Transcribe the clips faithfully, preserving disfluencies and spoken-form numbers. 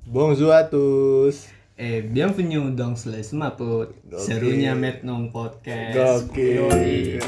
Bonjour à tous. Eh, bienvenue dans le Smapot. Serunya Metnong Podcast. Gokil.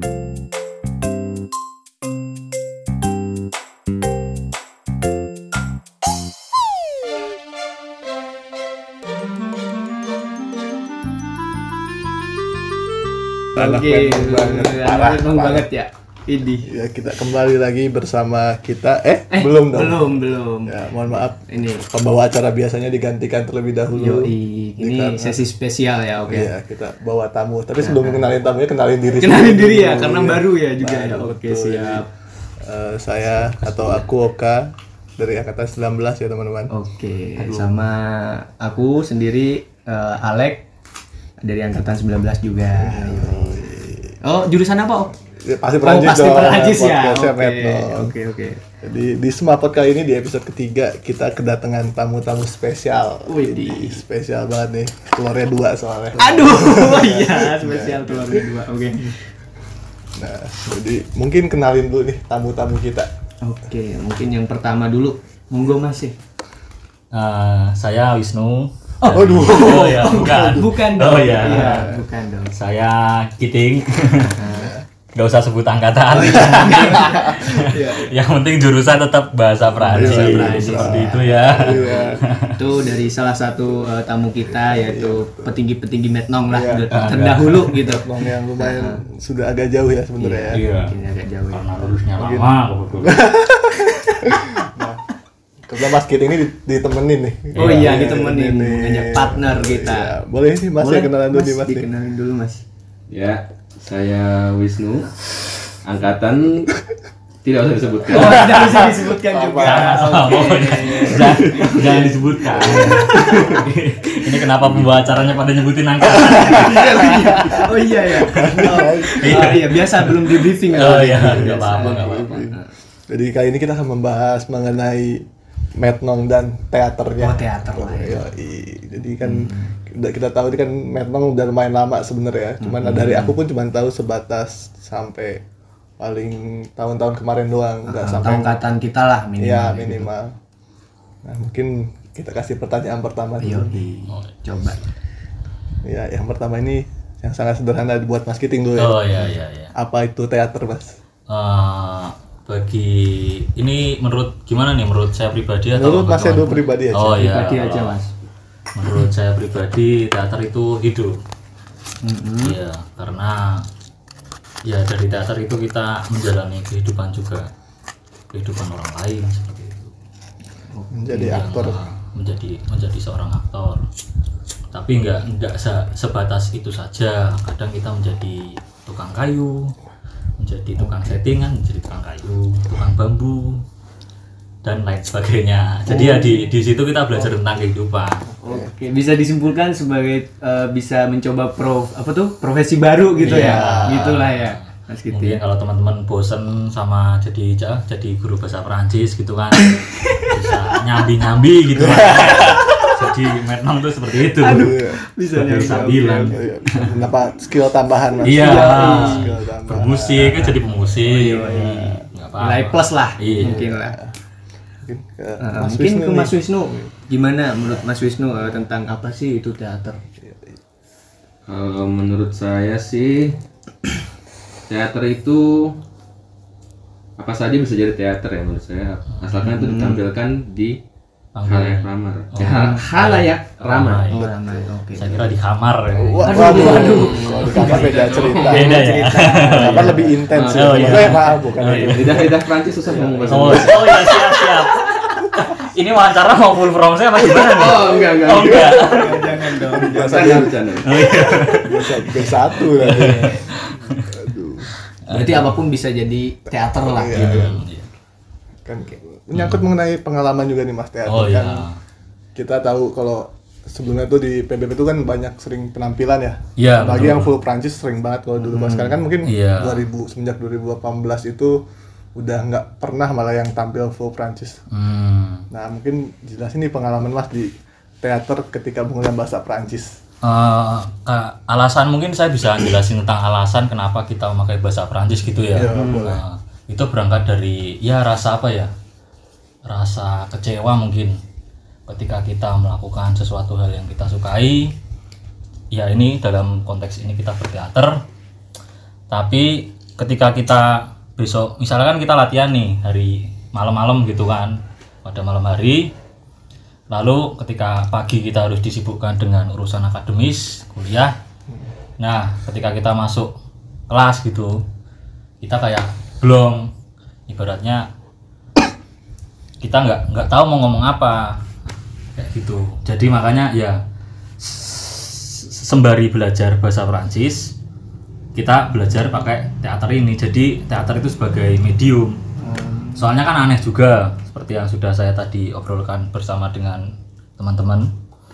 Anak Oke, Metnong banget, anak parah, Metnong parah. banget ya. Ini. Ya, kita kembali lagi bersama kita. Eh, Eh, belum dong. Belum, belum. Ya, mohon maaf. Ini. Pembawa acara biasanya digantikan terlebih dahulu. Yoi, ini Karena- sesi spesial ya, oke. Iya, kita bawa tamu. Tapi sebelum kenalin tamunya, kenalin diri. Kenalin sendiri diri ya, dulu, karena ya. baru ya juga ya. Baru, Oke, betul. siap. Eh, saya atau aku Oka dari angkatan sembilan belas ya teman-teman. Oke, sama aku sendiri eh, Alek dari angkatan sembilan belas juga. Yoi. Oh, jurusan apa, Om? Ya, pasti Oh, Perancis pasti dong. Perancis ya. Podcastnya Oke, Metnong. oke, oke. Jadi di Smapot kali ini di episode ketiga kita kedatangan tamu-tamu spesial. Wih, Jadi spesial banget nih. Keluarnya dua soalnya. Aduh, iya, spesial keluarga dua. Oke. Nah, jadi mungkin kenalin dulu nih tamu-tamu kita. Oke, mungkin yang pertama dulu. Monggo Mas ya. Uh, saya Wisnu. Oh, Aduh. Oh ya, bukan. Bukan dong. Oh ya. Iya, bukan dong. Saya Kiting. Gak usah sebut angkatan. Iya. Yang penting jurusan tetap bahasa Prancis. Bahasa Prancis. Seperti itu ya. Iya. Itu dari salah satu eh, tamu kita yaitu petinggi-petinggi Metnong lah Iya. udah terdahulu gitu. Long yang lumayan sudah agak jauh ya sebenarnya ya. Iya. Mungkin agak jauh ya. Karena lulusnya lama kebetulan. Kebetulan Mas Kit ini di- ditemenin nih. Oh iya, Iya, ditemenin ditemenin. ngajak partner kita. Iya. Boleh sih Mas ya kenalan dulu nih Mas nih. dikenalin dulu Mas. Ya, saya Wisnu, angkatan tidak usah disebutkan. Oh, tidak bisa disebutkan juga. Jangan, pokoknya. jangan, jangan disebutkan. Ini kenapa pembawa acaranya pada nyebutin angkatan? Oh iya ya. Oh, oh iya, biasa belum di briefing. Oh iya, Biasa. nggak apa-apa, nggak apa-apa. Jadi kali ini kita akan membahas mengenai Metnong dan teaternya. Oh, teater lah ya. Yoi. Jadi kan udah kita tahu ini kan Metnong udah lumayan lama sebenarnya. Cuman dari aku pun cuma tahu sebatas sampai paling tahun-tahun kemarin doang, nggak sampai. Angkatan kita lah minimal. Iya minimal. Nah mungkin kita kasih pertanyaan pertama Ayo, dulu. coba. Ya yang pertama ini yang sangat sederhana buat Mas Kiting dulu ya. Oh iya iya iya. Apa itu teater Mas? Eh, bagi ini menurut gimana nih menurut saya pribadi atau Menurut Mas teman-teman? Edo pribadi aja. Oh iya. Pribadi aja, kalau Mas. Menurut saya pribadi teater itu hidup. Iya, karena ya dari teater itu kita menjalani kehidupan juga, kehidupan orang lain seperti itu. Menjadi Iya, aktor. menjadi menjadi seorang aktor. Tapi nggak nggak se- sebatas itu saja. Kadang kita menjadi tukang kayu, menjadi tukang settingan, menjadi tukang kayu, tukang bambu dan lain sebagainya. Jadi ya di di situ kita belajar tentang kehidupan. Oke, bisa disimpulkan sebagai eh, bisa mencoba pro apa tuh profesi baru gitu Iya. ya, gitulah ya, Mas gitu Mungkin ya. kalau teman-teman bosen sama jadi ja- jadi guru bahasa Perancis gitu kan, bisa nyambi-nyambi gitu kan. Jadi Metnong tuh seperti itu. Iya. Bisa Sebagai nyambi. sambilan. Oh, iya. Kenapa skill tambahan Mas? Iya. Skill tambahan. Bermusik kan jadi pemusik. Nggak apa-apa. Nilai plus lah, Iya. mungkin lah. Mungkin ke Eh, Mas mungkin Wisnu ke nih. Mas Wisnu, gimana menurut Mas Wisnu eh, tentang apa sih itu teater? Kalau menurut saya sih, teater itu apa saja bisa jadi teater ya menurut saya. Asalkan itu ditampilkan di halayak ramai. Ha- Halayak ramai. Ramai. Oh, ramai. Oke. Saya kira di kamar. Ya. Wah, Aduh, waduh, aduh. Kalau di kamar beda cerita. Beda ya. Kamar lebih intens ya. Oh, iya. Eh, maaf, bukan itu. Lidah-lidah Prancis susah ngomong bahasa Oh, Inggris. oh ya siap siap. Ini wawancara mau full from saya apa gimana nih? Oh, enggak, enggak. Oh enggak. Jangan dong. Biasa Bercanda, bercanda. biasa B satu lagi. Aduh. Berarti apapun bisa jadi teater lah Iya. gitu. Kan menyangkut mengenai pengalaman juga nih Mas teater Oh kan. iya. Kita tahu kalau sebelumnya tuh di P B B itu kan banyak sering penampilan ya. Iya, Apalagi betul. yang full Prancis sering banget kalau dulu. Kalau sekarang kan mungkin Iya. dua ribu semenjak dua ribu delapan belas itu udah nggak pernah malah yang tampil full Prancis. Hmm. Nah mungkin jelasin nih pengalaman Mas di teater ketika menggunakan bahasa Prancis. Eh, Kak, alasan mungkin saya bisa jelasin tentang alasan kenapa kita memakai bahasa Perancis gitu ya. Iya, boleh. Eh, itu berangkat dari ya rasa apa ya? Rasa kecewa mungkin. ketika kita melakukan sesuatu hal yang kita sukai, ya ini dalam konteks ini kita berteater. Tapi ketika kita besok, misalkan kita latihan nih hari malam-malam gitu kan, pada malam hari, lalu ketika pagi kita harus disibukkan dengan urusan akademis, kuliah. Nah, ketika kita masuk kelas gitu, kita kayak blong, ibaratnya kita nggak nggak tahu mau ngomong apa kayak gitu. Jadi makanya ya sembari belajar bahasa Perancis, kita belajar pakai teater ini. Jadi teater itu sebagai medium. Soalnya kan aneh juga, seperti yang sudah saya tadi obrolkan bersama dengan teman-teman.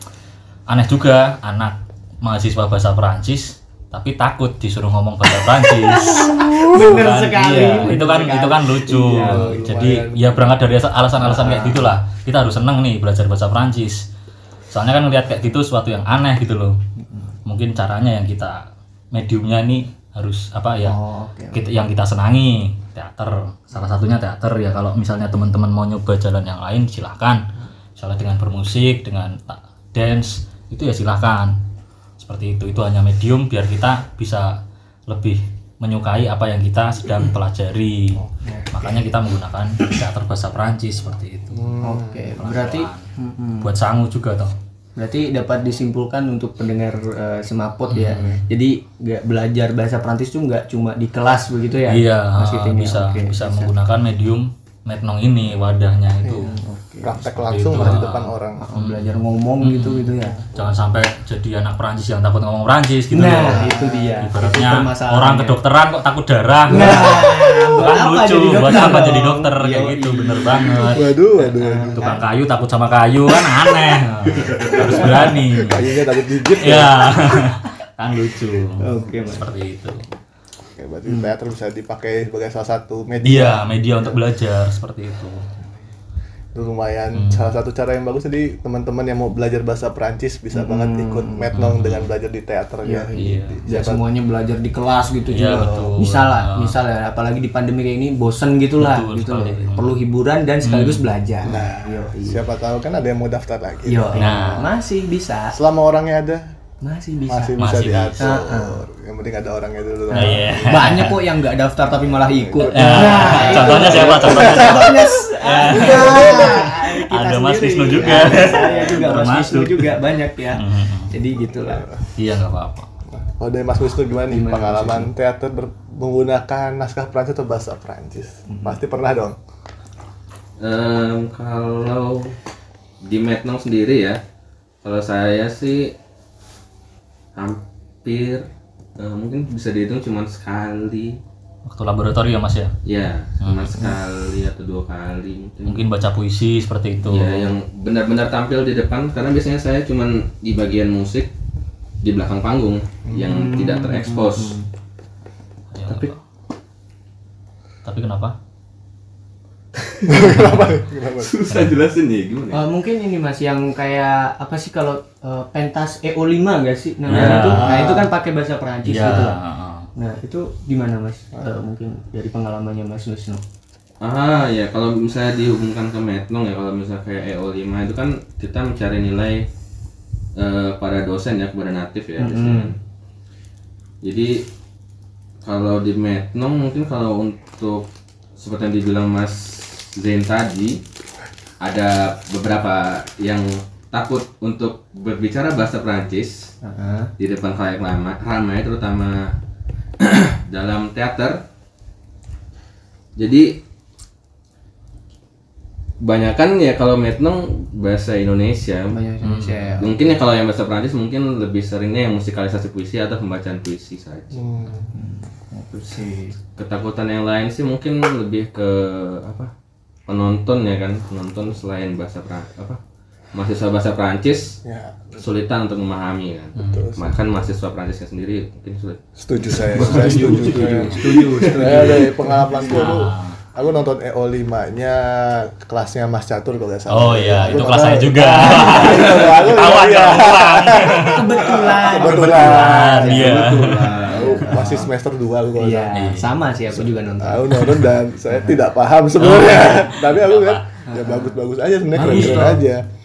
Aneh juga anak mahasiswa bahasa Perancis tapi takut disuruh ngomong bahasa Perancis. Bener Kan, sekali. iya, bener itu kan sekali. itu kan lucu. Iya, Jadi ya berangkat dari alasan-alasan kayak gitulah. Kita harus seneng nih belajar bahasa Perancis. Soalnya kan ngeliat kayak gitu sesuatu yang aneh gitu loh. Mungkin caranya yang kita mediumnya nih harus apa ya? Oh, oke. Kita, yang kita senangi teater. Salah satunya teater ya. Kalau misalnya teman-teman mau nyoba jalan yang lain silahkan. Misalnya dengan bermusik, dengan dance itu ya silahkan. Seperti itu. Itu hanya medium biar kita bisa lebih menyukai apa yang kita sedang pelajari. Makanya kita menggunakan teater bahasa Perancis seperti itu. Oke, berarti mm-mm. Buat sangu juga toh. berarti dapat disimpulkan untuk pendengar uh, Semapot ya. Jadi nggak belajar bahasa Perancis tuh nggak cuma di kelas begitu ya? Iya, Mas Kiting ya? bisa, Oke, bisa menggunakan medium metnong ini wadahnya itu. Praktek Seperti langsung itu. lah di depan orang. Oh, belajar ngomong gitu gitu ya. Jangan sampai jadi anak Perancis yang takut ngomong Perancis gitu Nah, loh. itu dia. Ibaratnya Itu permasalahannya. orang kedokteran kok takut darah. Nah, buat Kan apa lucu, jadi buat dokter apa dong? jadi dokter kayak Yoi. gitu, bener banget. Waduh, waduh. waduh. Tukang kayu takut sama kayu kan aneh. Harus berani. Kayunya takut gigit ya. Ya. Kan lucu. Oke, Mas. Seperti itu. Oke, berarti teater bisa dipakai sebagai salah satu Iya, media. media untuk belajar seperti itu. Itu lumayan salah satu cara yang bagus. Jadi teman-teman yang mau belajar bahasa Perancis bisa banget ikut metnong dengan belajar di teater ya. Iya. Ya semuanya belajar di kelas gitu Iya, juga. betul. Misal lah, Ah. misal ya, apalagi di pandemi kayak ini bosen gitu lah, Betul gitu loh. sekali. Perlu hiburan dan sekaligus belajar. Nah, Yo, siapa tahu kan ada yang mau daftar lagi. Yo, Nah. masih bisa, Selama orangnya ada, masih bisa. masih bisa Masih diatur. bisa. Yang penting ada orangnya dulu. Nah, iya. Banyak kok yang nggak daftar tapi malah ikut. Nah, contohnya siapa? Contohnya siapa? Contohnya Nah, kita Ada Mas sendiri. Wisnu juga. Saya juga Mas Termasuk. Wisnu juga banyak ya. Mhm. Jadi gitulah. Iya, nggak apa-apa. Oh, dari Mas Wisnu gimana nih Gimana, pengalaman teater ber- menggunakan naskah Prancis atau bahasa Prancis? Pasti pernah dong. Em, kalau di Metnong sendiri ya, kalau saya sih hampir eh, mungkin bisa dihitung cuma sekali, Waktu laboratorium Mas ya. ya cuma sekali atau dua kali mungkin. Mungkin baca puisi seperti itu. Ya yang benar-benar tampil di depan, karena biasanya saya cuma di bagian musik di belakang panggung yang tidak terekspos. Ya, Tapi- apa. Tapi kenapa? Kenapa? Susah jelasin ya gimana? Eh, mungkin ini Mas yang kayak apa sih kalau eh, pentas E O lima enggak sih namanya Ya. itu? Nah, itu kan pakai bahasa Perancis Iya. gitu. Nah, itu gimana Mas? Eh, mungkin dari pengalamannya Mas Wisnu. Ah ya, kalau misalnya dihubungkan ke Metnong ya, kalau misalnya kayak E O lima itu kan kita mencari nilai eh, pada dosen ya, kepada natif ya biasanya. Jadi kalau di Metnong mungkin kalau untuk seperti yang dibilang Mas Zain tadi, ada beberapa yang takut untuk berbicara bahasa Prancis Heeh. di depan khalayak lama- ramai, terutama dalam teater. Jadi kebanyakan ya kalau Metnong bahasa Indonesia. Banyak Indonesia ya. Mungkin ya kalau yang bahasa Prancis mungkin lebih seringnya yang musikalisasi puisi atau pembacaan puisi saja. Itu sih. Ketakutan yang lain sih mungkin lebih ke apa? Penonton ya kan, penonton selain bahasa Prancis apa? Mahasiswa bahasa Prancis Ya, kesulitan untuk memahami kan. Bahkan mahasiswa Prancisnya sendiri mungkin sulit. setuju saya. Saya setuju. Setuju. Setuju. Saya dari pengalamanku dulu, aku nonton E O lima-nya kelasnya Mas Catur kalau nggak salah. Oh iya, Aku itu kelas nonton- saya juga. Aku Ketahuan iya. dong, pulang. Kebetulan. Kebetulan. Iya. Aku masih semester dua aku kalau nggak salah. Iya, sama sih aku juga nonton. Aku nonton dan saya tidak paham sebenarnya. Tapi aku lihat ya bagus-bagus aja sebenarnya, Bagus keren-keren dong. aja.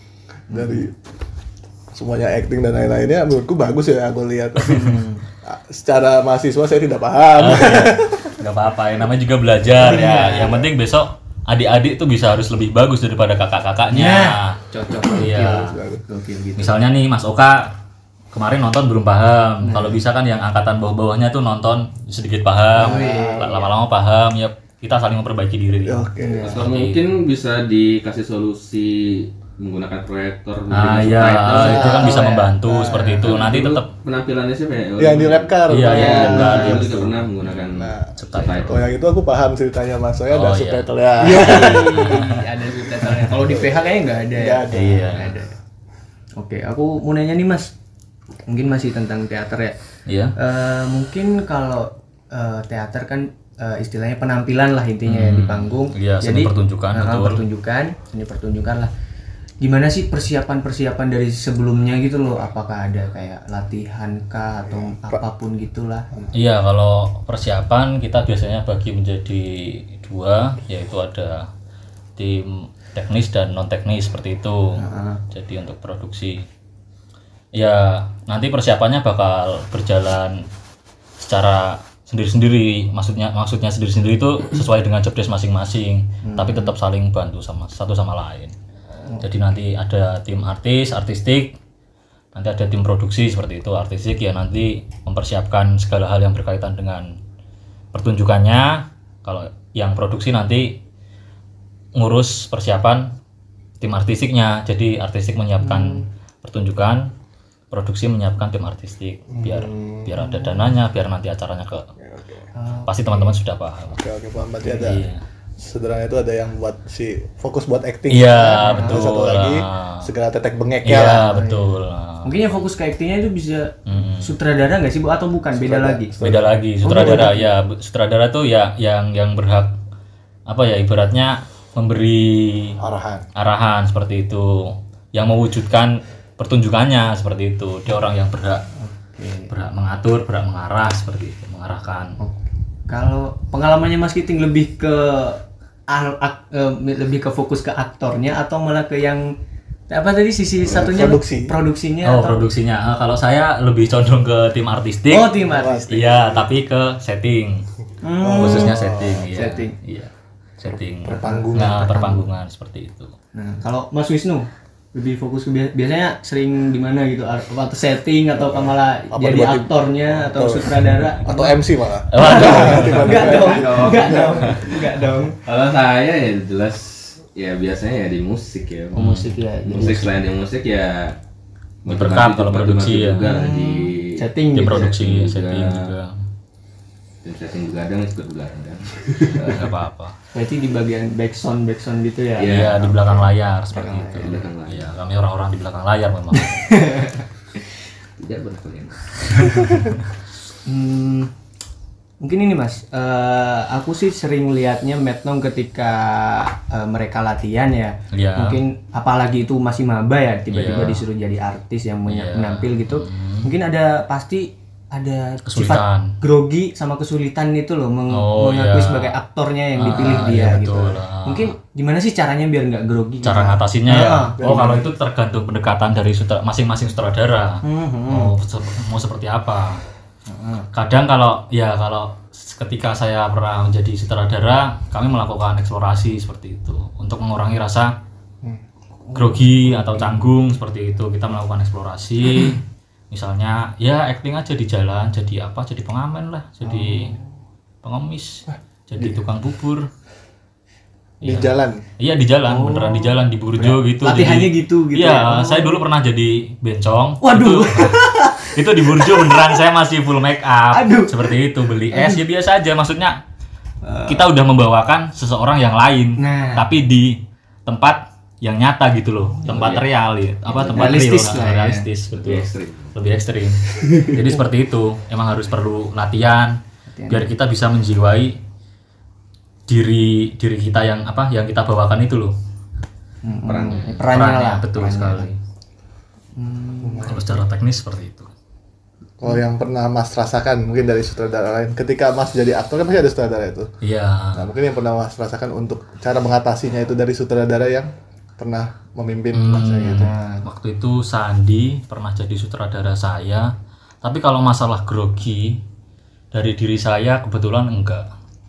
dari semuanya acting dan lain-lainnya menurutku bagus ya aku lihat, tapi secara mahasiswa saya tidak paham. Oh, iya. Gak apa-apa ya, namanya juga belajar ya. Yang penting besok adik-adik tuh bisa harus lebih bagus daripada kakak-kakaknya. Nah, cocok. Iya. Gokil gitu. Misalnya nih Mas Oka kemarin nonton belum paham. Kalau bisa kan yang angkatan bawah-bawahnya tuh nonton sedikit paham, lama-lama paham ya, kita saling memperbaiki diri. Oke. Atau mungkin bisa dikasih solusi menggunakan proyektor. Ah mungkin iya, subtitle. itu kan bisa Oh, membantu seperti itu. Nanti Dulu tetap penampilannya siapa ya? Yang di Labcar. Iya, iya, Ya, Labcar. dulu juga pernah menggunakan Nah, subtitle. Oh yang itu aku paham ceritanya Mas, soalnya ada Oh, iya. subtitle ya. Ada subtitlenya. Kalau di P H kayaknya nggak ada. Nggak ya? ada. Iya. Nggak ada. Oke, aku mau nanya nih Mas. Mungkin masih tentang teater ya. Iya. Eh, mungkin kalau eh, teater kan eh, istilahnya penampilan lah intinya ya di panggung. Iya, seni pertunjukan, eh, betul. pertunjukan, seni pertunjukan lah. Gimana sih persiapan-persiapan dari sebelumnya gitu loh? Apakah ada kayak latihan kah atau apapun gitulah? Iya, kalau persiapan kita biasanya bagi menjadi dua, yaitu ada tim teknis dan non teknis seperti itu. Jadi untuk produksi, ya nanti persiapannya bakal berjalan secara sendiri-sendiri. Maksudnya maksudnya sendiri-sendiri itu sesuai dengan job desk masing-masing, tapi tetap saling bantu sama satu sama lain. Jadi nanti ada tim artis, artistik, nanti ada tim produksi seperti itu. Artistik ya nanti mempersiapkan segala hal yang berkaitan dengan pertunjukannya. Kalau yang produksi nanti ngurus persiapan tim artistiknya. Jadi artistik menyiapkan pertunjukan, produksi menyiapkan tim artistik biar biar ada dananya, biar nanti acaranya ke pasti teman-teman sudah paham. Oke oke paham, berarti ada Iya. sederhana itu ada yang buat si fokus buat acting. Iya, Nah, betul. satu lagi Nah. segala tetek bengek Iya, ya lah. betul. Nah, Mungkin yang fokus ke aktingnya itu bisa mm-mm. sutradara nggak sih Bu? Atau bukan? Beda Sutradara. lagi? Beda lagi sutradara ya, bu- sutradara tuh ya yang yang berhak apa ya, ibaratnya memberi Arahan. arahan seperti itu, yang mewujudkan pertunjukannya seperti itu. Dia orang yang berhak berhak mengatur, berhak mengarah seperti itu, mengarahkan. Kalau pengalamannya Mas Kiting lebih ke al- ak- eh, lebih ke fokus ke aktornya atau malah ke yang apa tadi sisi satunya produksi. produksinya Oh, atau produksinya. Ah, kalau saya lebih condong ke tim artistik. oh tim artis. Iya, tapi ke setting. Khususnya setting, iya. Setting. Iya. Setting. Perpanggungan. Nah, perpanggungan seperti itu. Nah, kalau Mas Wisnu lebih fokus ke bia- biasanya sering di mana gitu, atau setting atau malah Apa jadi dibuat tim- aktornya atau atau- sutradara Atau M C malah. Waduh. enggak dong enggak dong enggak dong Kalau saya ya jelas ya biasanya ya di musik ya. oh, musik ya jadi Musik selain di musik ya Berkat kalau produksi ya. juga di setting Tim gitu. produksi, Setting setting juga. juga. tim setting begadang ikut begadang. Enggak apa-apa. Berarti di bagian backsound backsound gitu ya. Iya. Iya, di belakang layar seperti itu. Di belakang layar. Iya, kami orang-orang di belakang layar memang. Tidak berkenan. Hmm, mungkin ini Mas, eh, aku sih sering lihatnya Metnong ketika eh, mereka latihan ya. Iya. Mungkin apalagi itu masih maba ya, tiba-tiba Iya. disuruh jadi artis yang banyak Iya. menampil gitu. Mungkin ada pasti ada Kesulitan. sifat grogi sama kesulitan itu loh meng- Oh, mengakui iya. sebagai aktornya yang Ah, dipilih iya, dia gitu. betul. Ah. Mungkin gimana sih caranya biar nggak grogi? Cara gitu? ngatasinnya ya. Ah, Oh, kalau itu tergantung pendekatan dari sutra- masing-masing sutradara. Hmm, hmm. Mau se- mau seperti apa? Kadang kalau ya kalau ketika saya pernah menjadi sutradara, kami melakukan eksplorasi seperti itu untuk mengurangi rasa grogi atau canggung seperti itu. Kita melakukan eksplorasi. Misalnya ya acting aja di jalan, jadi apa? Jadi pengamen lah, jadi pengemis, jadi tukang bubur. Di Iya. jalan. Iya di jalan, beneran di jalan di Burjo gitu. Latihannya Jadi- gitu, gitu Iya, ya? Oh. saya dulu pernah jadi bencong. Waduh. Itu, itu di Burjo beneran saya masih full make up. Aduh. Seperti itu, beli es ya biasa aja. Maksudnya kita udah membawakan seseorang yang lain, Nah. tapi di tempat yang nyata gitu loh, tempat real ya. Apa tempat Realistis real, lah ya. realistis betul. Lebih ekstrim. Lebih ekstrim. Jadi seperti itu, emang harus perlu latihan biar kita bisa menjiwai diri diri kita yang apa yang kita bawakan itu loh. perannya, perannya Perannya, lah betul perannya. sekali. Kalau secara teknis seperti itu. Kalau yang pernah Mas rasakan mungkin dari sutradara lain, ketika Mas jadi aktor kan pasti ada sutradara itu. Iya. Nah mungkin yang pernah Mas rasakan untuk cara mengatasinya itu dari sutradara yang pernah memimpin masa gitu. Nah, waktu itu Sandi pernah jadi sutradara saya, tapi kalau masalah grogi dari diri saya kebetulan enggak.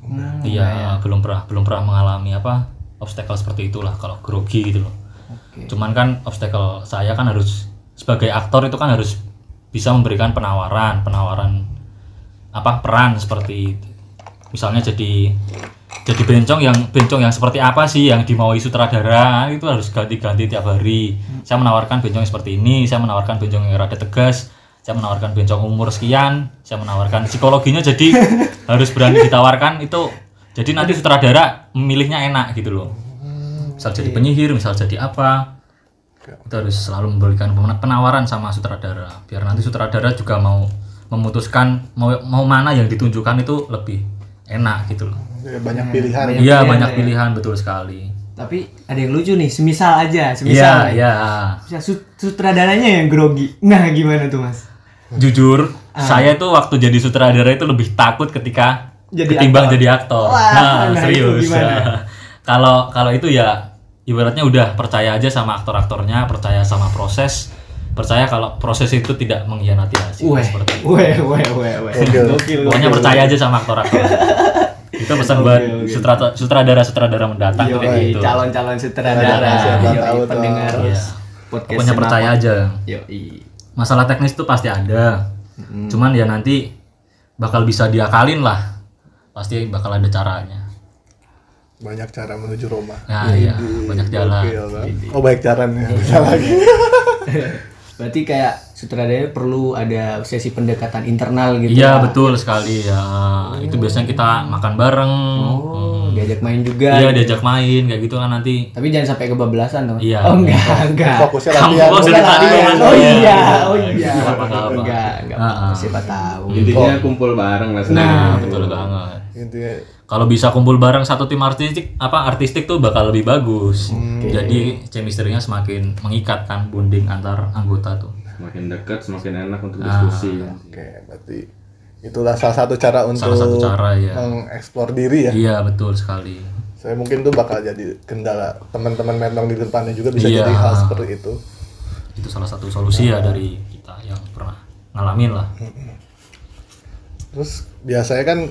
Iya, belum pernah belum pernah mengalami apa obstacle seperti itulah kalau grogi gitu loh. Oke. Cuman kan obstacle saya kan harus sebagai aktor itu kan harus bisa memberikan penawaran, penawaran apa peran seperti itu. Misalnya jadi jadi bencong yang bencong yang seperti apa sih yang dimaui sutradara itu harus ganti-ganti tiap hari. Saya menawarkan bencong yang seperti ini, saya menawarkan bencong yang rada tegas, saya menawarkan bencong umur sekian, saya menawarkan psikologinya jadi harus berani ditawarkan itu. Jadi nanti sutradara memilihnya enak gitu loh. Misal jadi penyihir, misal jadi apa, itu harus selalu memberikan penawaran sama sutradara biar nanti sutradara juga mau memutuskan mau mau mana yang ditunjukkan itu lebih enak gitu loh. Banyak pilihan. Iya, banyak pilihan, betul sekali. Tapi ada yang lucu nih, semisal aja, semisal. Iya, iya. Misal sut- sutradaranya yang grogi. Nah, gimana tuh, Mas? Jujur, saya tuh waktu jadi sutradara itu lebih takut ketika Jadi ketimbang aktor. jadi aktor. Wah, nah, nah, serius. itu gimana? Kalau kalau itu ya ibaratnya udah percaya aja sama aktor-aktornya, percaya sama proses, percaya kalau proses itu tidak mengkhianati hasil Weh, seperti itu. weh, weh, weh, weh. Gokil. Gokil, Pokoknya gokil. percaya aja sama aktor-aktor. Itu pesan Oke, buat oke. sutrata- sutradara-sutradara mendatang Yoi, seperti itu. calon-calon sutradara. Siapa Yoi, tahu tuh. pendengar Iya. podcast Pokoknya percaya Senapot. aja. Yoi. Masalah teknis itu pasti ada. Cuman ya nanti bakal bisa diakalin lah. Pasti bakal ada caranya. Banyak cara menuju Roma. Nah, iya, banyak jalan. Gokil, Bang. Oh, banyak caranya. Bisa lagi. Berarti kayak sutradara perlu ada sesi pendekatan internal gitu. Iya, ya. betul sekali ya. Itu biasanya kita makan bareng. Oh, diajak main juga. Iya, diajak main kayak gitu kan nanti. Tapi jangan sampai kebablasan dong. Iya. Oh enggak, enggak. Fokusnya Kamu latihan. kok dari bukan tadi main. ngomong Oh Iya. iya, oh iya. Nggak apa-apa, nggak apa-apa. Enggak, enggak Ah, apa-apa. ah. Siapa tahu. Intinya kumpul bareng lah. Nah, sebenarnya. betul banget. Intinya Kalau bisa kumpul bareng satu tim artistik, apa artistik tuh bakal lebih bagus. Jadi chemistry-nya semakin mengikat kan, bonding antar anggota tuh. Semakin dekat, semakin enak untuk Ah. diskusi. oke, berarti itulah salah satu cara untuk Salah satu cara ya. mengeksplor diri ya. Iya, betul sekali. Saya mungkin tuh bakal jadi kendala teman-teman metong di depannya juga bisa Iya. jadi hal seperti itu. Itu salah satu solusi ya dari kita yang pernah ngalamin lah. Terus biasanya kan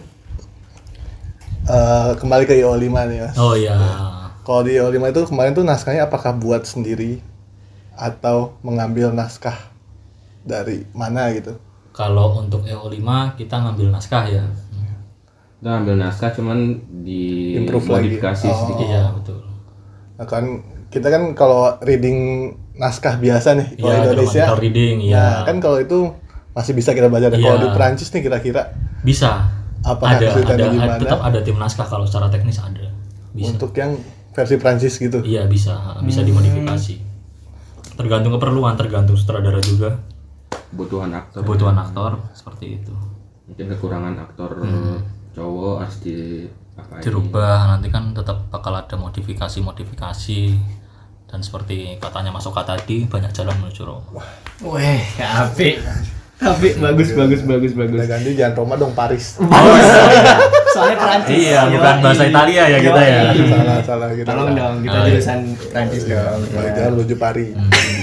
eh, kembali ke I O lima nih Mas. Oh iya. Kalau di I O lima itu kemarin tuh naskahnya apakah buat sendiri atau mengambil naskah dari mana gitu? Kalau untuk E O lima kita ngambil naskah ya. Kita ambil naskah cuman di Improve lagi. modifikasi Oh. sedikit. Iya, betul. Nah, kan kita kan kalau reading naskah biasa nih kalau Iya, Indonesia. dramatic reading Nah, ya. kan kalau itu masih bisa kita baca. Iya. Kalau di Perancis nih kira-kira Bisa. apakah ada, kesulitannya ada, gimana? tetap ada tim naskah kalau secara teknis ada. Bisa. Untuk yang versi Perancis gitu. Iya, bisa, bisa dimodifikasi. Tergantung keperluan, tergantung sutradara juga, Kebutuhan aktor. kebutuhan aktor seperti itu. Mungkin kekurangan aktor cowok harus di apa Dirubah nanti kan tetap bakal ada modifikasi-modifikasi dan seperti katanya Mas Oka tadi banyak jalan menuju Roma. Weh, apik. Apik, bagus, bagus, bagus, Kita bagus. ganti jangan Roma dong Paris. Soalnya Perancis. Iya, bukan Yoi. bahasa Italia ya kita ya. Yoi. salah salah gitu. Tolong dong, kita Oh, iya. jurusan Perancis dong. Balik jalan menuju Paris.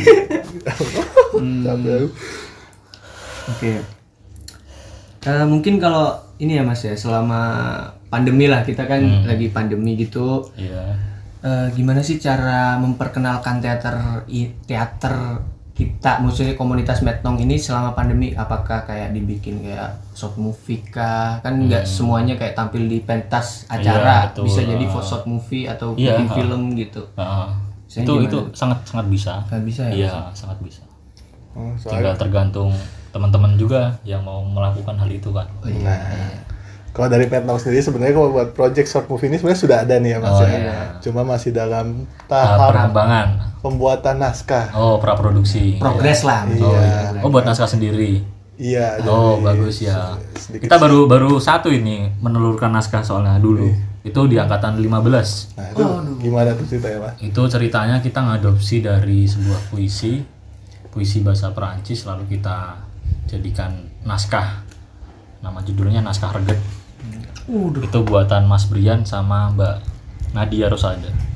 Capek aku. Oke. Eh, mungkin kalau ini ya Mas ya, selama pandemi lah, kita kan lagi pandemi gitu. Iya. Eh, gimana sih cara memperkenalkan teater i- teater kita, maksudnya komunitas Metnong ini selama pandemi? Apakah kayak dibikin kayak short movie kah? Kan nggak semuanya kayak tampil di pentas acara, Iya, betul. bisa jadi for short movie atau Iya, bikin ha. film gitu. Heeh. Saya itu gimana? itu sangat sangat bisa. Nggak bisa ya? Iya, sangat bisa. Oh, Tinggal soalnya tergantung teman-teman juga yang mau melakukan hal itu kan. Oh, iya. nah, kalau dari Metnong sendiri sebenarnya kalau buat project short movie ini sebenarnya sudah ada nih ya Mas Oh, ya. iya. Cuma masih dalam Tahap tahap pengembangan. pembuatan naskah. Oh, praproduksi. Progres lah. Iya. Oh, buat naskah sendiri. Iya. Oh, jadi bagus ya. sedikit- Kita baru baru satu ini menelurkan naskah soalnya dulu. Itu di angkatan lima belas. Nah, itu gimana tuh ceritanya Mas? Itu ceritanya kita ngadopsi dari sebuah puisi, puisi bahasa Perancis lalu kita jadikan naskah. Nama judulnya Naskah Reget. Itu buatan Mas Brian sama Mbak Nadia Rosada.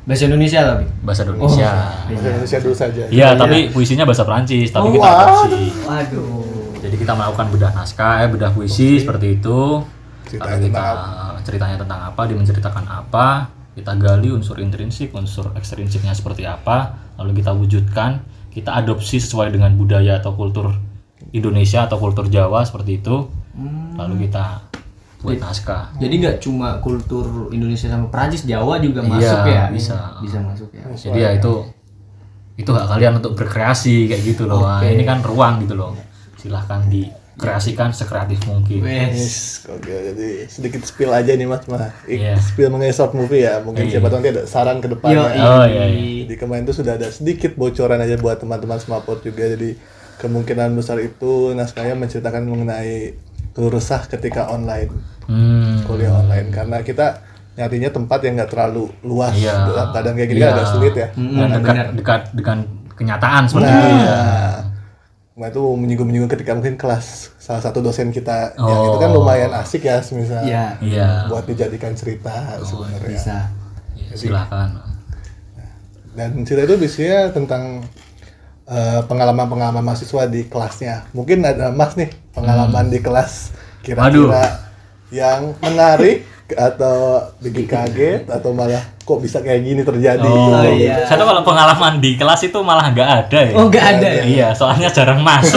Bahasa Indonesia tapi. bahasa Indonesia. Bahasa Indonesia dulu saja. Iya, tapi puisinya bahasa Prancis, tapi Oh, kita wow. adopsi. Waduh. Jadi kita melakukan bedah naskah, eh, bedah puisi seperti itu. Ceritanya Lalu kita tentang ceritanya tentang apa, dia menceritakan apa, kita gali unsur intrinsik, unsur ekstrinsiknya seperti apa, lalu kita wujudkan, kita adopsi sesuai dengan budaya atau kultur Indonesia atau kultur Jawa seperti itu. Lalu kita buat naskah. Jadi nggak cuma kultur Indonesia sama Prancis, Jawa juga Iya, masuk ya. bisa. Bisa masuk ya. Jadi ya itu itu hak kalian untuk berkreasi kayak gitu loh. Nah, ini kan ruang gitu loh. Silahkan dikreasikan sekreatif mungkin. Wes. Yes, oke. Jadi sedikit spill aja nih Mas mah. Ik- Iya. Spill mengenai short movie ya. Mungkin siapa tahu nanti ada saran ke Yo, depannya. Oh, iya, iya. Jadi kemarin itu sudah ada sedikit bocoran aja buat teman-teman Semapot juga. Jadi kemungkinan besar itu naskahnya menceritakan mengenai keluh resah ketika online, Hmm. kuliah online. Karena kita nyarinya tempat yang nggak terlalu luas. Iya. Kadang kayak gini Iya. kan agak sulit ya. Dan dekat dekat dengan kenyataan seperti itu ya. Nah, kemarin itu menyinggung-menyinggung ketika mungkin kelas salah satu dosen kita yang Oh. itu kan lumayan asik ya, misal Iya. Iya. buat dijadikan cerita sebenarnya. Bisa. Ya, silakan. Dan cerita itu biasanya tentang eh, pengalaman-pengalaman mahasiswa di kelasnya. Mungkin ada Mas nih pengalaman di kelas kira-kira yang menarik atau bikin kaget atau malah kok bisa kayak gini terjadi. Oh, Oh, iya. Saya tuh kalau pengalaman di kelas itu malah nggak ada ya. Oh, nggak ada ya. Iya, soalnya jarang masuk.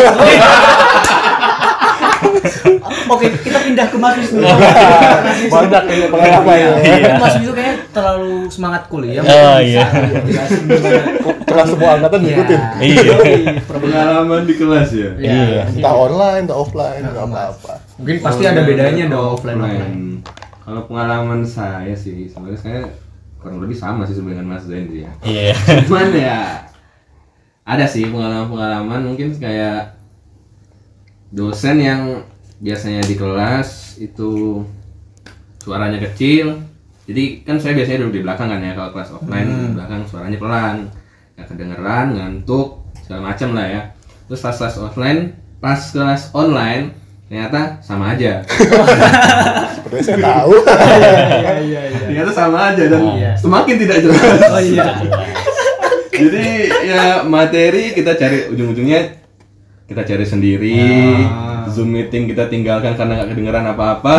Oke, kita pindah ke Mas Wisnu. Banyak ini pengalaman ya. Iya. Mas Wisnu kayak terlalu semangat kuliah. Oh, Bisa iya. jelasin gimana. Kelas semua angkatan ngikutin. Iya. Pengalaman di kelas ya. Iya. Entah online, entah offline, nggak apa-apa. Mungkin pasti ada bedanya dong offline offline. Kalau pengalaman saya sih, sebenarnya saya kurang lebih sama sih sebenarnya dengan Mas Zain sih ya. Iya. Cuman ya ada sih pengalaman-pengalaman mungkin kayak dosen yang biasanya di kelas itu suaranya kecil. Jadi kan saya biasanya duduk di belakang kan ya kalau kelas offline di belakang suaranya pelan, nggak kedengeran, ngantuk, segala macam lah ya. Terus pas kelas offline, pas kelas online ternyata sama aja. Sepertinya saya tahu. Iya iya iya. Ternyata sama aja dan Iya. semakin tidak jelas. Oh iya. Jadi ya materi kita cari ujung-ujungnya kita cari sendiri. Zoom meeting kita tinggalkan karena nggak kedengeran apa-apa.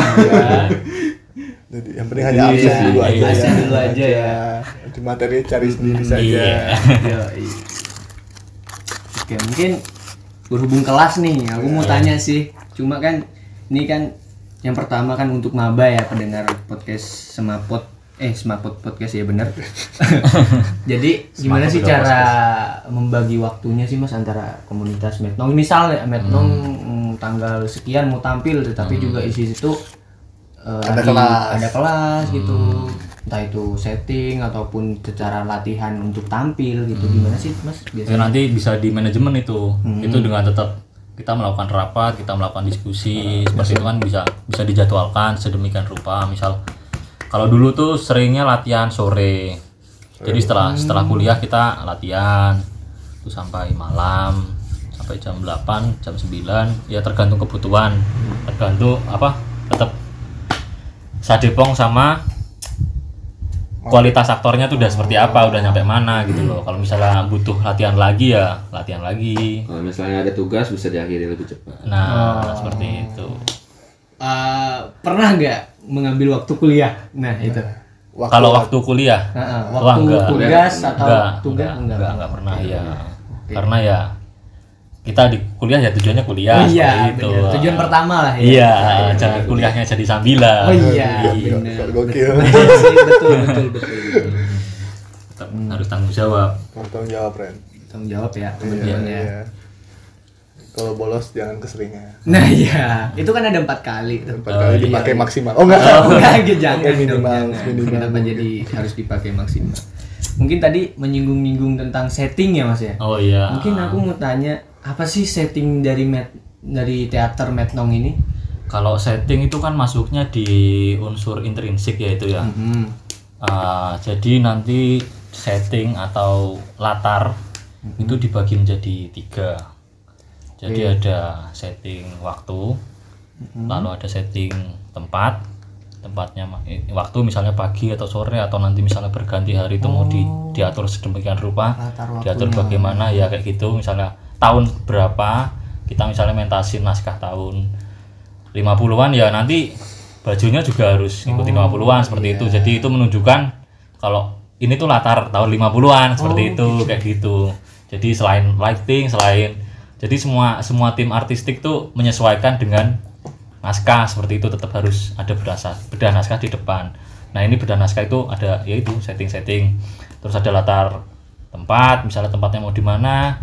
Jadi yang penting hanya Iya, absen dulu iya, aja. absen ya. dulu aja ya. Di materi cari sendiri saja. Iya. Yoi. Oke, mungkin berhubung kelas nih, aku mau tanya sih. Cuma kan ini kan yang pertama kan untuk maba ya, pendengar podcast Semapot eh Semapot podcast ya benar. Jadi gimana Semapot sih udah cara membagi waktunya sih Mas antara komunitas Metnong? Misal ya Metnong mm, tanggal sekian mau tampil, tetapi juga isi situ eh, Ada lagi kelas. ada kelas gitu. Entah itu setting ataupun secara latihan untuk tampil gitu. Gimana sih Mas Ya, biasanya? nanti bisa di manajemen itu. Itu dengan tetap kita melakukan rapat, kita melakukan diskusi, seperti itu kan bisa bisa dijadwalkan sedemikian rupa. Misal kalau dulu tuh seringnya latihan sore. Jadi setelah setelah kuliah kita latihan itu sampai malam, sampai jam delapan, jam sembilan, ya tergantung kebutuhan. Tergantung apa? Tetap sadepong sama kualitas aktornya tuh udah seperti apa, udah nyampe mana gitu loh. Kalau misalnya butuh latihan lagi ya latihan lagi. Kalau misalnya ada tugas bisa diakhiri lebih cepat. Nah, seperti itu. Eh, pernah nggak mengambil waktu kuliah? Nah itu. Waktu- Kalau waktu kuliah, Heeh, wah, waktu enggak. tugas atau enggak, tugas enggak, enggak, enggak pernah ya. Karena ya kita di kuliah ya tujuannya kuliah Oh iya, seperti itu. bener. Tujuan pertama lah ya. Iya, jangan kuliahnya jadi sambilan. Oh iya, Iya. benar. Gokil. Betul sih, betul, betul, betul, betul. Tetap harus tanggung jawab. Tanggung jawab, Ren. Tanggung jawab ya, Iya, teman-teman ya. iya. Kalau bolos jangan keseringan. Nah iya, itu kan ada empat kali tuh. Empat kali iya, dipakai iya. maksimal. Oh enggak. Oh, enggak, gitu, jangan Pakai dong, minimal, jangan. minimal. Kenapa jadi harus dipakai maksimal? Mungkin tadi menyinggung-nyinggung tentang setting ya Mas ya. Oh iya. Mungkin aku mau tanya apa sih setting dari met dari teater Metnong ini? Kalau setting itu kan masuknya di unsur intrinsik ya itu ya. Hmm. Uh, jadi nanti setting atau latar itu dibagi menjadi tiga. Jadi ada setting waktu, lalu ada setting tempat, tempatnya waktu misalnya pagi atau sore atau nanti misalnya berganti hari itu mau di, diatur sedemikian rupa, diatur bagaimana ya kayak gitu. Misalnya tahun berapa kita misalnya mentasin naskah tahun lima puluhan ya nanti bajunya juga harus ngikutin lima puluhan seperti itu. Jadi itu menunjukkan kalau ini tuh latar tahun lima puluhan seperti itu kayak gitu. Jadi selain lighting, selain jadi semua semua tim artistik tuh menyesuaikan dengan naskah seperti itu, tetap harus ada bedah, bedah naskah di depan. Nah ini bedah naskah itu ada yaitu setting-setting, terus ada latar tempat, misalnya tempatnya mau di mana,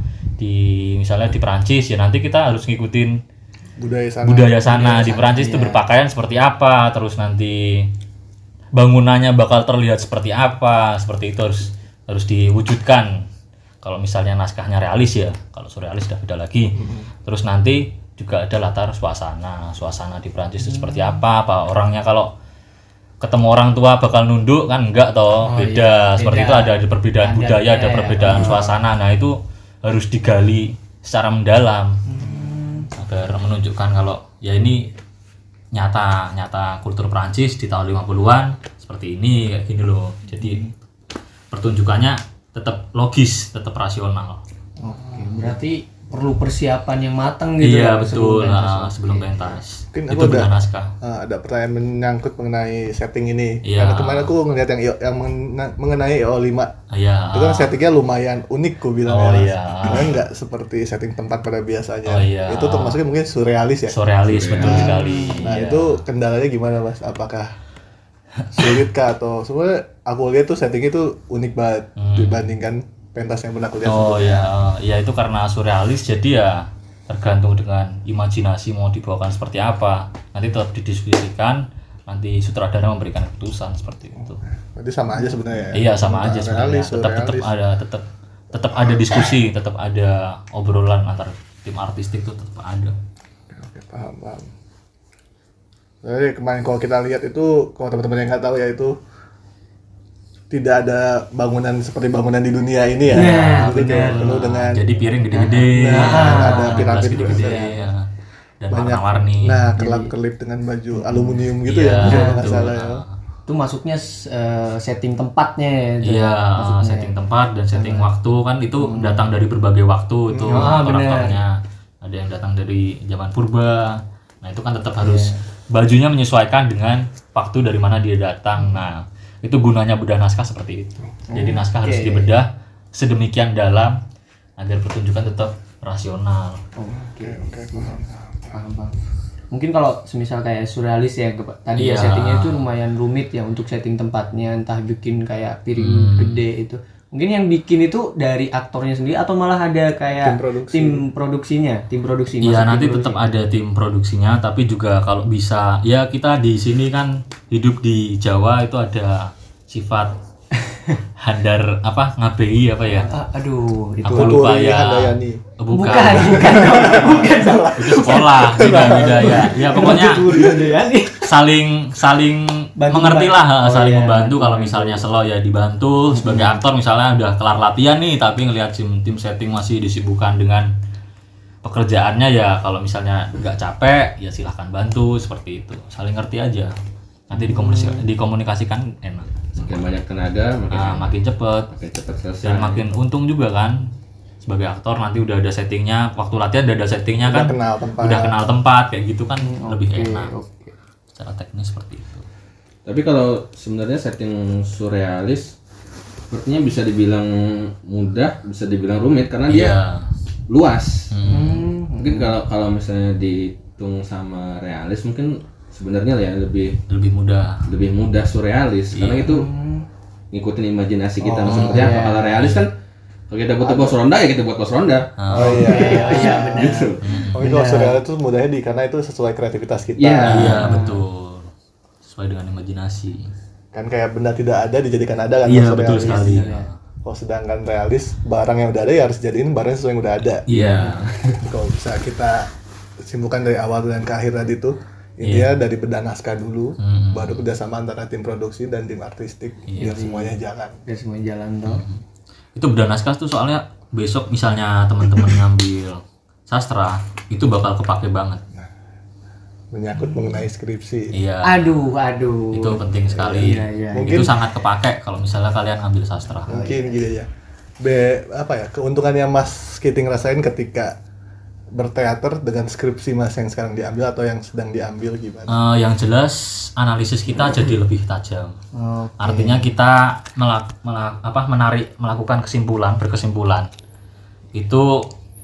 di misalnya di Perancis ya nanti kita harus ngikutin budaya sana. Budaya sana di Perancis itu iya. berpakaian seperti apa, terus nanti bangunannya bakal terlihat seperti apa, seperti itu harus harus diwujudkan. Kalau misalnya naskahnya realis ya, kalau surrealis udah beda lagi. Mm-hmm. Terus nanti juga ada latar suasana, suasana di Perancis itu mm-hmm. seperti apa, apa orangnya kalau ketemu orang tua bakal nunduk kan enggak toh, oh, beda. Iya, seperti beda. Itu ada, ada perbedaan ada, budaya, ada perbedaan ya. Suasana. Nah itu harus digali secara mendalam mm-hmm. agar menunjukkan kalau ya ini nyata, nyata kultur Perancis di tahun lima puluhan seperti ini kayak gini loh. Jadi pertunjukannya tetap logis, tetap rasional. Oke, berarti perlu persiapan yang matang gitu. Iya betul, nah, sebelum pentas. Mungkin itu benar naskah. Uh, ada pertanyaan menyangkut mengenai setting ini. Iya. Karena kemarin aku ngeliat yang yang mengenai E O lima. Iya. Itu kan settingnya lumayan unik, ku bilang. Oh ya. iya. Karena nggak seperti setting tempat pada biasanya. Oh iya. Itu termasuknya mungkin surrealis ya. Surrealis, betul nah, sekali. Nah iya. itu kendalanya gimana Mas? Apakah sulit kah atau sebenarnya aku lihat tuh settingnya tuh unik banget hmm. dibandingkan pentas yang pernah aku lihat. Oh iya, ya itu karena surrealis jadi ya tergantung dengan imajinasi mau dibawakan seperti apa. Nanti tetap didiskusikan, nanti sutradara memberikan keputusan seperti itu. Berarti sama aja sebenarnya. Iya sama aja sebenarnya. Tetap tetap ada tetap tetap ada diskusi, tetap ada obrolan antar tim artistik itu tetap ada. Oke, oke paham paham. Jadi kemarin kalau kita lihat itu, kalau teman-teman yang nggak tahu ya itu tidak ada bangunan seperti bangunan di dunia ini ya. Nah, itu penuh dengan. Jadi piring gede-gede. Nah, nah, ada piramid gede-gede ya. Dan warna-warni. Nah, kelap-kelip dengan baju aluminium gitu ya, ya nggak salah ya. Itu masuknya uh, setting tempatnya ya. Iya, setting tempat dan setting hmm. waktu kan itu hmm. datang dari berbagai waktu itu oh, karakternya. Ada yang datang dari zaman purba. Nah, itu kan tetap harus yeah. bajunya menyesuaikan dengan waktu dari mana dia datang. Nah, itu gunanya bedah naskah seperti itu. Jadi naskah okay. harus dibedah sedemikian dalam agar pertunjukan tetap rasional. Oke, oke, paham. Paham, paham. Mungkin kalau semisal kayak surrealis ya tadi yeah. ya settingnya itu lumayan rumit ya untuk setting tempatnya, entah bikin kayak piring hmm. gede itu. Mungkin yang bikin itu dari aktornya sendiri atau malah ada kayak tim, produksi. tim produksinya, tim produksi. Iya nanti tetap ada tim produksinya, tapi juga kalau bisa ya kita di sini kan hidup di Jawa itu ada sifat handar apa ngabei apa ya? A- aduh itu aku lupa ya. Bukan, bukan, bukan, bukan salah. Itu sekolah beda-beda ya. Ya pokoknya saling saling bantu mengertilah, oh, saling iya. membantu. Kalau misalnya selo ya dibantu hmm. sebagai aktor misalnya udah kelar latihan nih, tapi ngelihat tim tim setting masih disibukkan dengan pekerjaannya ya. Kalau misalnya nggak capek ya silahkan bantu seperti itu. Saling ngerti aja. Nanti dikomunikasikan, dikomunikasikan enak. Makin banyak tenaga, makin, nah, makin cepet, makin cepet selesai. Dan makin untung juga kan. Sebagai aktor nanti udah ada settingnya, waktu latihan udah ada settingnya udah kan, kenal tempat. udah kenal tempat kayak gitu kan hmm, lebih okay, enak. Okay. Secara teknis seperti itu. Tapi kalau sebenarnya setting surrealis, sepertinya bisa dibilang mudah, bisa dibilang rumit karena dia yeah. luas. Hmm. Mungkin kalau kalau misalnya dihitung sama realis mungkin sebenarnya ya lebih lebih mudah lebih mudah surrealis yeah. karena itu ngikutin imajinasi kita oh, seperti yeah. apa. Kalau realis kan kalau kita butuh pos ronda ya kita buat pos ronda. Oh, oh iya iya benar. Gitu. Oh itu kalau surrealis itu mudahnya di karena itu sesuai kreativitas kita. Iya yeah. yeah, betul. Sesuai dengan imajinasi. Kan kayak benda tidak ada dijadikan ada kan. Iya yeah, betul sekali. Kalau sedangkan realis barang yang udah ada ya harus jadiin barang sesuai yang udah ada. Iya. Yeah. Kalau bisa kita simpulkan dari awal dan ke akhir tadi tuh intinya yeah. dari bedah naskah dulu, mm-hmm. baru kerjasama antara tim produksi dan tim artistik yeah. biar semuanya jalan. Biar semuanya jalan dong. Mm-hmm. Itu bedah naskah tuh soalnya besok misalnya teman-teman ngambil sastra itu bakal kepake banget. menyangkut mengenai skripsi. Iya. Aduh, aduh. Itu penting sekali. Iya, iya. Mungkin- Itu sangat kepake kalau misalnya kalian ambil sastra. Mungkin gitu ya. Be, apa ya keuntungan yang Mas Kiting rasain ketika berteater dengan skripsi Mas yang sekarang diambil atau yang sedang diambil gimana? Eh, yang jelas analisis kita jadi lebih tajam. Oke. Artinya kita melak, melak- apa, menarik melakukan kesimpulan, berkesimpulan. Itu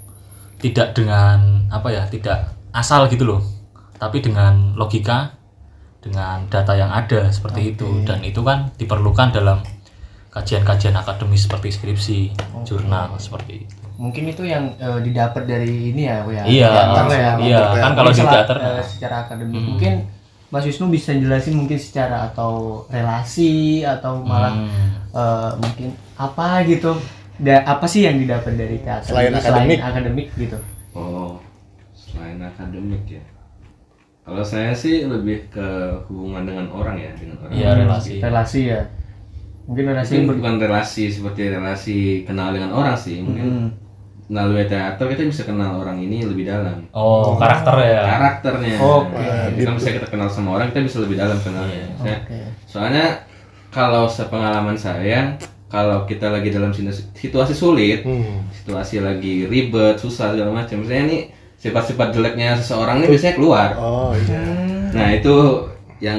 tidak dengan apa ya, tidak asal gitu loh. Tapi dengan logika, dengan data yang ada seperti itu, dan itu kan diperlukan dalam kajian-kajian akademis seperti skripsi, jurnal seperti itu. Mungkin itu yang eh, didapat dari ini ya, Bu, ya. Iya, Teater ya. iya, kan kalau di Mungkin teater sel- eh, secara akademik mungkin Mas Wisnu bisa jelasin mungkin secara atau relasi atau malah Hmm. eh, mungkin apa gitu. Da, apa sih yang didapat dari teater Selain ini, akademik. selain akademik gitu. Oh, selain akademik ya. Kalau saya sih lebih ke hubungan dengan orang ya, dengan orang. Iya, relasi. Relasi ya. Mungkin relasi Mungkin bukan relasi seperti relasi kenal dengan orang sih, mungkin Hmm. melalui teater kita bisa kenal orang ini lebih dalam. Oh, karakter ya. Karakternya. Oke. Nah, kita bisa kita kenal sama orang, kita bisa lebih dalam kenalnya. Saya- Oke. Soalnya kalau sepengalaman saya, kalau kita lagi dalam situ- situasi sulit, Hmm. situasi lagi ribet, susah segala macam, misalnya nih sifat-sifat jeleknya seseorang ini biasanya keluar. Oh iya. Nah itu yang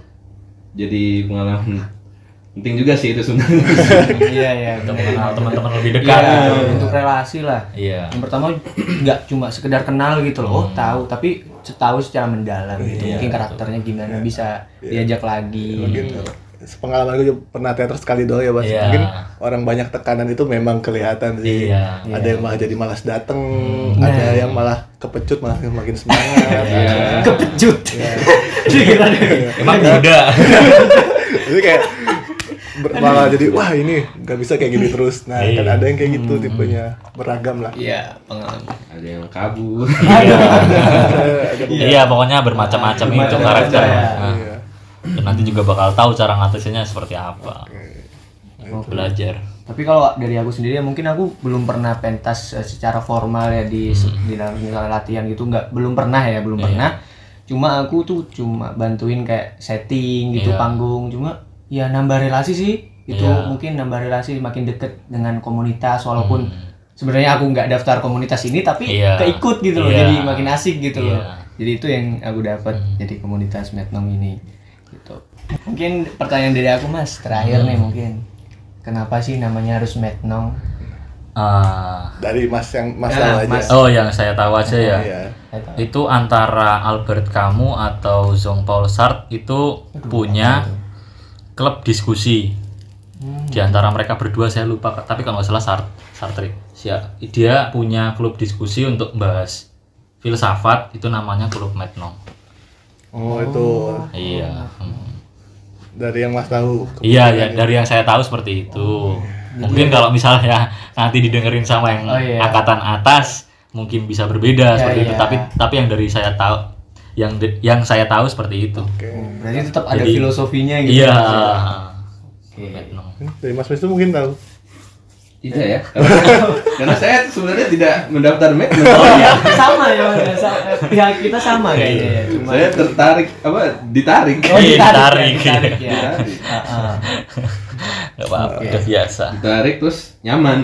jadi pengalaman penting juga sih itu sebenarnya. Iya, iya. Untuk benar. mengenal teman-teman lebih dekat. Iya, gitu. untuk relasi lah. Iya. Yang pertama nggak cuma sekedar kenal gitu loh, oh tahu, tapi tahu secara mendalam gitu. Iya, Mungkin karakternya gimana bisa diajak lagi. Mungkin pengalaman gue juga pernah teater sekali doang ya Mas. Iya. Mungkin orang banyak tekanan itu memang kelihatan sih. Iya. Ada yang malah jadi malas dateng, ada yang malah kepecut malah makin semangat. Iya. Kepecut. Emang muda. Jadi kayak ber- malah jadi wah ini nggak bisa kayak gini terus. Nah kan Iya. ada yang kayak gitu tipenya beragam lah. Iya, pengalaman. Ada yang kabur. Iya, pokoknya bermacam-macam itu Bermacam-macam karakter. ya. Nah, Iya. dan nanti juga bakal tahu cara ngatasinnya seperti apa. Belajar. Tapi kalau dari aku sendiri ya mungkin aku belum pernah pentas eh, secara formal ya di di dalam misalnya latihan gitu, nggak belum pernah ya belum pernah. Cuma aku tuh cuma bantuin kayak setting gitu Iya. panggung, cuma ya nambah relasi sih itu Iya. mungkin nambah relasi makin deket dengan komunitas walaupun sebenarnya aku nggak daftar komunitas ini tapi Iya. keikut gitu loh, Iya. jadi makin asik gitu loh. Iya. Jadi itu yang aku dapat jadi komunitas Metnong ini gitu. Mungkin pertanyaan dari aku Mas terakhir nih mungkin. Kenapa sih namanya harus Metnong? Ah, Dari Mas yang Mas Ya, tahu aja. Mas. oh, yang saya tahu aja ya. Iya. Itu antara Albert Camus atau Jean-Paul Sartre itu punya klub diskusi. Di antara mereka berdua saya lupa, tapi kalau nggak salah Sartre, Sartre. Sia- Dia punya klub diskusi untuk bahas filsafat, itu namanya klub Metnong. Oh itu Iya. hmm. dari yang Mas tahu. Iya, ya, dari yang saya tahu seperti itu. Mungkin kalau misalnya nanti didengerin sama yang Oh, iya. angkatan atas, mungkin bisa berbeda Ya, seperti itu. iya. Tapi tapi yang dari saya tahu, yang de- yang saya tahu seperti itu. Oke. Berarti tetap ada Jadi- filosofinya gitu. Iya. Oke. Metnong. Dari Mas Wisnu mungkin tahu. Tidak ya. Karena, karena saya sebenarnya tidak mendaftar Metnong. Oh iya, sama ya, Mas. Sa- Pihak kita sama kayaknya ya. Cuma Saya tertarik apa ditarik. Oh, Iya, ditarik, ditarik. ya, ditarik ya. Ditarik. Ah, ah. Gak apa-apa, udah biasa. Ditarik terus nyaman.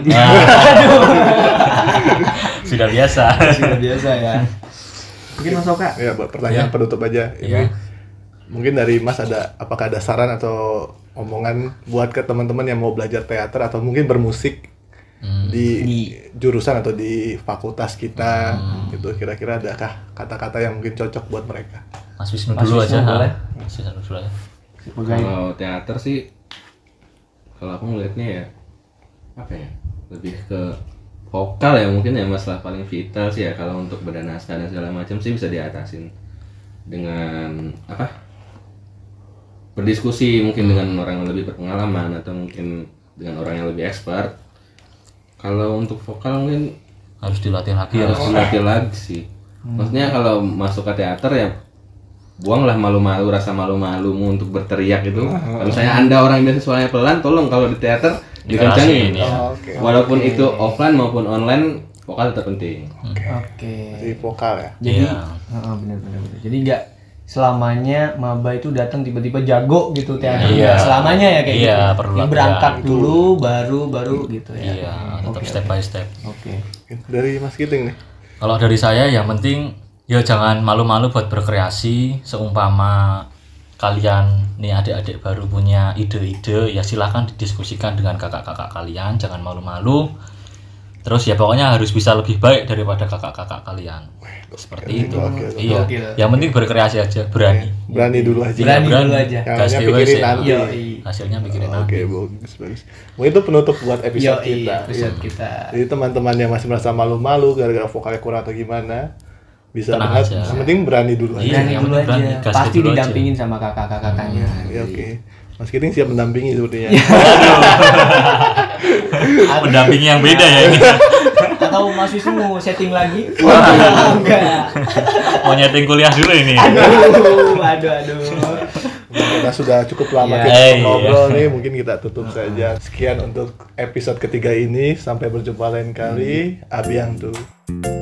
Sudah biasa. Sudah biasa ya. Mungkin Mas Oka. Ya buat pertanyaan penutup aja. Ini Iya. mungkin dari Mas ada apakah ada saran atau omongan buat ke teman-teman yang mau belajar teater atau mungkin bermusik di, Di- jurusan atau di fakultas kita gitu, kira-kira adakah kata-kata yang mungkin cocok buat mereka? Mas Wisnu Mas dulu Wisnu aja. boleh. Mas Wisnu dulu aja. Kalau teater sih, kalau aku ngeliatnya ya apa ya, lebih ke vokal ya mungkin ya, masalah paling vital sih ya. Kalau untuk berdanasa dan segala macam sih bisa diatasin dengan apa, berdiskusi mungkin dengan orang yang lebih berpengalaman atau mungkin dengan orang yang lebih expert. Kalau untuk vokal mungkin Harus dilatih lagi ya. harus dilatih lagi sih. Maksudnya kalau masuk ke teater ya buanglah malu-malu, rasa malu-malumu untuk berteriak itu. Kalau misalnya Anda orang yang biasa suaranya pelan, tolong kalau di teater dikencangin. Dikerasin, ya. Oh, oke. Walaupun itu offline maupun online, vokal tetap penting. Oke. Di vokal ya. Jadi, Iya. heeh, benar benar benar. Jadi nggak selamanya maba itu datang tiba-tiba jago gitu teater. Iya. Selamanya ya kayak Iya, gitu. perlu Yang latihan. berangkat dulu baru baru gitu ya. Iya, tetap Oke, step oke. by step. Oke. Dari Mas Giting nih. Kalau dari saya yang penting ya jangan malu-malu buat berkreasi. Seumpama kalian nih adik-adik baru punya ide-ide, ya silahkan didiskusikan dengan kakak-kakak kalian, jangan malu-malu. Terus ya pokoknya harus bisa lebih baik daripada kakak-kakak kalian. Seperti itu. Oke, oke. Iya. Gokil. Yang penting berkreasi aja, berani. Berani dulu aja. Berani Berani. dulu aja. Yang Gas lainnya dewa pikirin sih. nanti. Yoi. Hasilnya pikirin Oke, nanti. bagus, bagus. Mungkin itu penutup buat episode Yoi, kita. episode Iya. kita. Jadi teman-teman yang masih merasa malu-malu gara-gara vokalnya kurang atau gimana, bisa Tenang banget. aja. Yang penting berani dulu aja. Iya, Berani yang dulu penting berani. aja. Gas Pasti dulu aja. didampingin sama kakak-kakaknya. Ya, oke. Mas Giting siap mendampingi sepertinya. Mendampingi yang beda ya ini. Atau Mas Wisnu mau setting lagi? Enggak. Mau nyeting kuliah dulu ini. Aduh, aduh, aduh. Kita sudah cukup lama Iya. kita Iya. ngobrol nih, mungkin kita tutup saja. Sekian untuk episode ketiga ini, sampai berjumpa lain kali. Abiang tuh.